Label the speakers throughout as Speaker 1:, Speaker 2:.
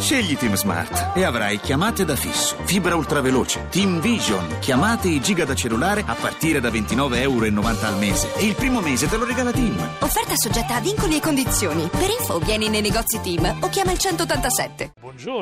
Speaker 1: Scegli Team Smart e avrai chiamate da fisso, fibra ultraveloce, Team Vision, chiamate e giga da cellulare a partire da €29,90 al mese. E il primo mese te lo regala Team.
Speaker 2: Offerta soggetta a vincoli e condizioni. Per info vieni nei negozi Team o chiama il 187.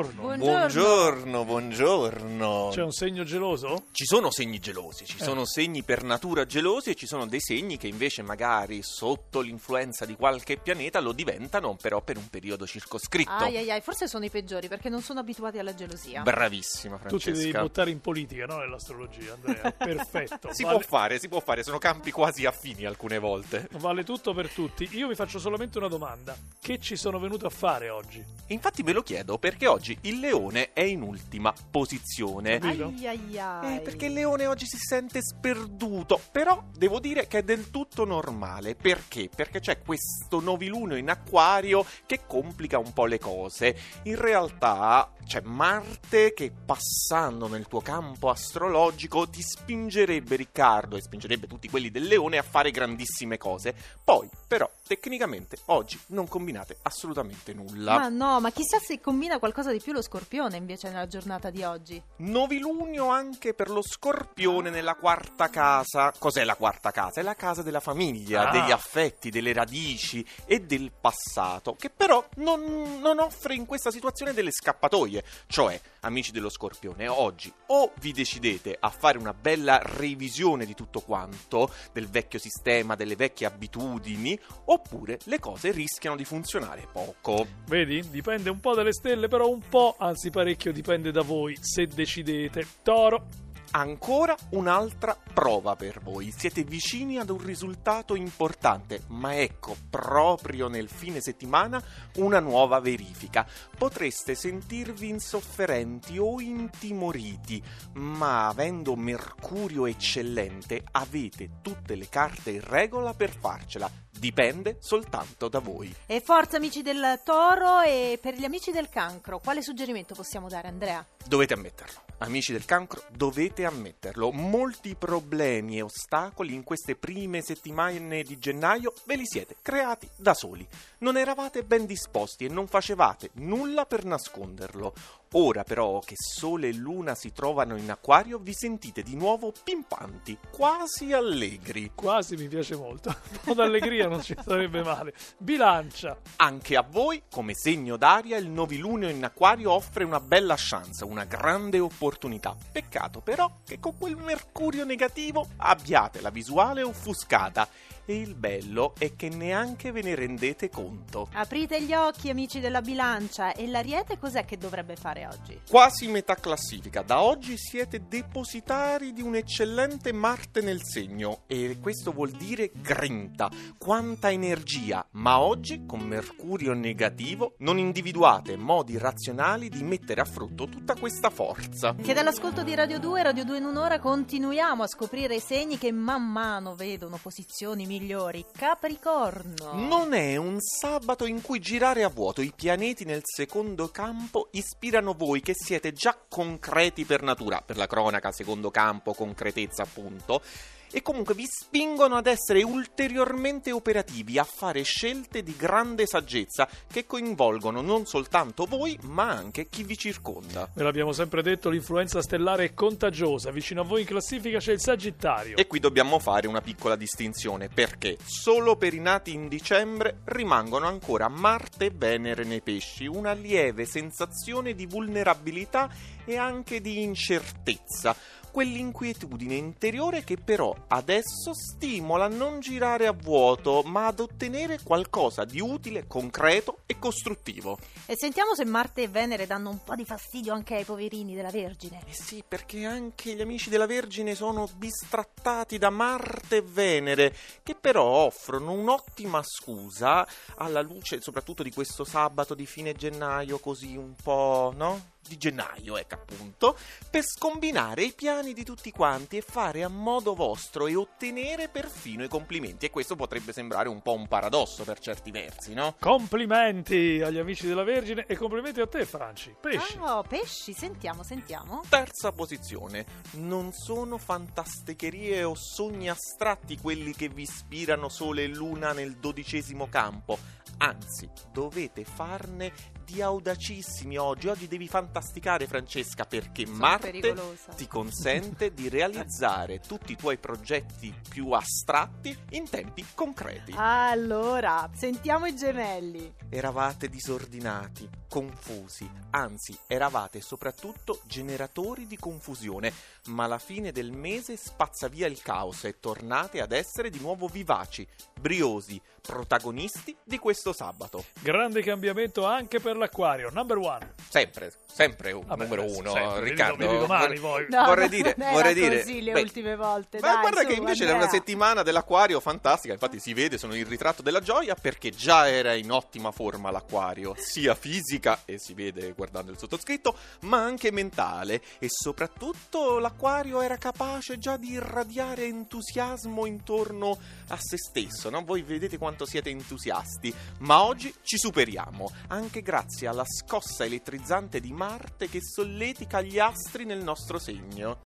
Speaker 3: Buongiorno. Buongiorno.
Speaker 4: C'è un segno geloso?
Speaker 3: Ci sono segni gelosi, ci sono segni per natura gelosi e ci sono dei segni che invece magari sotto l'influenza di qualche pianeta lo diventano, però per un periodo circoscritto.
Speaker 5: Ai, forse sono i peggiori perché non sono abituati alla gelosia.
Speaker 3: Bravissima, Francesca.
Speaker 4: Tu ti devi buttare in politica, no? Nell'astrologia, Andrea. Perfetto.
Speaker 3: Si può fare, sono campi quasi affini alcune volte.
Speaker 4: Vale tutto per tutti. Io vi faccio solamente una domanda. Che ci sono venuto a fare oggi?
Speaker 3: Infatti me lo chiedo perché oggi il leone è in ultima posizione. Perché il leone oggi si sente sperduto, però devo dire che è del tutto normale. Perché? Perché c'è questo novilunio in acquario che complica un po' le cose. In realtà c'è Marte che, passando nel tuo campo astrologico, ti spingerebbe, Riccardo, e spingerebbe tutti quelli del leone a fare grandissime cose. Poi però tecnicamente oggi non combinate assolutamente nulla.
Speaker 5: Ma no, ma chissà se combina qualcosa di più lo Scorpione invece nella giornata di oggi.
Speaker 3: Novilunio anche per lo Scorpione nella quarta casa. Cos'è la quarta casa? È la casa della famiglia, degli affetti, delle radici e del passato, che però non offre in questa situazione delle scappatoie. Cioè, amici dello Scorpione, oggi o vi decidete a fare una bella revisione di tutto quanto, del vecchio sistema, delle vecchie abitudini, oppure le cose rischiano di funzionare poco.
Speaker 4: Vedi? Dipende un po' dalle stelle, però un po', anzi parecchio, dipende da voi, se decidete. Toro.
Speaker 3: Ancora un'altra prova per voi. Siete vicini ad un risultato importante, ma ecco, proprio nel fine settimana, una nuova verifica. Potreste sentirvi insofferenti o intimoriti, ma avendo Mercurio eccellente, avete tutte le carte in regola per farcela. Dipende soltanto da voi.
Speaker 5: E forza amici del Toro, e per gli amici del Cancro, quale suggerimento possiamo dare, Andrea?
Speaker 3: Dovete ammetterlo. Amici del Cancro, dovete ammetterlo. Molti problemi e ostacoli in queste prime settimane di gennaio ve li siete creati da soli. Non eravate ben disposti e non facevate nulla per nasconderlo. Ora però che Sole e Luna si trovano in Acquario, vi sentite di nuovo pimpanti, quasi allegri.
Speaker 4: Quasi mi piace molto. Un po' d'allegria non ci sarebbe male. Bilancia.
Speaker 3: Anche a voi, come segno d'aria, il novilunio in Acquario offre una bella chance, una grande opportunità. Peccato però che con quel Mercurio negativo abbiate la visuale offuscata. E il bello è che neanche ve ne rendete conto.
Speaker 5: Aprite gli occhi, amici della Bilancia. E l'Ariete cos'è che dovrebbe fare oggi?
Speaker 3: Quasi metà classifica. Da oggi siete depositari di un eccellente Marte nel segno. E questo vuol dire grinta, quanta energia. Ma oggi, con Mercurio negativo, non individuate modi razionali di mettere a frutto tutta questa forza.
Speaker 5: Siete all'ascolto di Radio 2 in un'ora continuiamo a scoprire i segni che man mano vedono posizioni migliori. Capricorno.
Speaker 3: Non è un sabato in cui girare a vuoto. I pianeti nel secondo campo ispirano voi che siete già concreti per natura. Per la cronaca, secondo campo, concretezza appunto. E comunque vi spingono ad essere ulteriormente operativi, a fare scelte di grande saggezza che coinvolgono non soltanto voi, ma anche chi vi circonda.
Speaker 4: Ve l'abbiamo sempre detto, l'influenza stellare è contagiosa. Vicino a voi in classifica c'è il Sagittario.
Speaker 3: E qui dobbiamo fare una piccola distinzione, perché solo per i nati in dicembre rimangono ancora Marte e Venere nei pesci, una lieve sensazione di vulnerabilità e anche di incertezza. Quell'inquietudine interiore che però adesso stimola a non girare a vuoto, ma ad ottenere qualcosa di utile, concreto e costruttivo.
Speaker 5: E sentiamo se Marte e Venere danno un po' di fastidio anche ai poverini della Vergine.
Speaker 3: Eh sì, perché anche gli amici della Vergine sono bistrattati da Marte e Venere, che però offrono un'ottima scusa, alla luce soprattutto di questo sabato di fine gennaio, così un po', no? Di gennaio, ecco appunto, per scombinare i piani di tutti quanti e fare a modo vostro e ottenere perfino i complimenti. E questo potrebbe sembrare un po' un paradosso per certi versi, no?
Speaker 4: Complimenti agli amici della Vergine e complimenti a te, Franci. Pesci.
Speaker 5: Oh, pesci, sentiamo.
Speaker 3: Terza posizione. Non sono fantasticherie o sogni astratti quelli che vi ispirano Sole e Luna nel 12° campo. Anzi, dovete farne di audacissimi oggi. Oggi devi fantasticare, Francesca, perché
Speaker 5: Sono
Speaker 3: Marte
Speaker 5: pericolosa.
Speaker 3: ti consente di realizzare tutti i tuoi progetti più astratti in tempi concreti.
Speaker 5: Allora, sentiamo i gemelli.
Speaker 3: Eravate disordinati, confusi, anzi eravate soprattutto generatori di confusione, ma alla fine del mese spazza via il caos e tornate ad essere di nuovo vivaci, briosi, protagonisti di questo sabato.
Speaker 4: Grande cambiamento anche per l'Acquario, number one.
Speaker 3: Sempre un
Speaker 4: Vabbè,
Speaker 3: numero uno,
Speaker 4: sempre,
Speaker 3: Riccardo.
Speaker 4: vedi domani voi.
Speaker 5: No,
Speaker 3: vorrei
Speaker 5: non
Speaker 3: dire,
Speaker 5: era così le ultime volte.
Speaker 3: Ma
Speaker 5: Dai,
Speaker 3: guarda
Speaker 5: su,
Speaker 3: che invece è
Speaker 5: Andrea.
Speaker 3: una settimana dell'Acquario fantastica, infatti si vede, sono il ritratto della gioia, perché già era in ottima forma l'Acquario, sia fisica, e si vede guardando il sottoscritto, ma anche mentale, e soprattutto l'Acquario era capace già di irradiare entusiasmo intorno a se stesso, no? Voi vedete quanto siete entusiasti, ma oggi ci superiamo, anche grazie alla scossa elettrizzante di Marte che solletica gli astri nel nostro segno.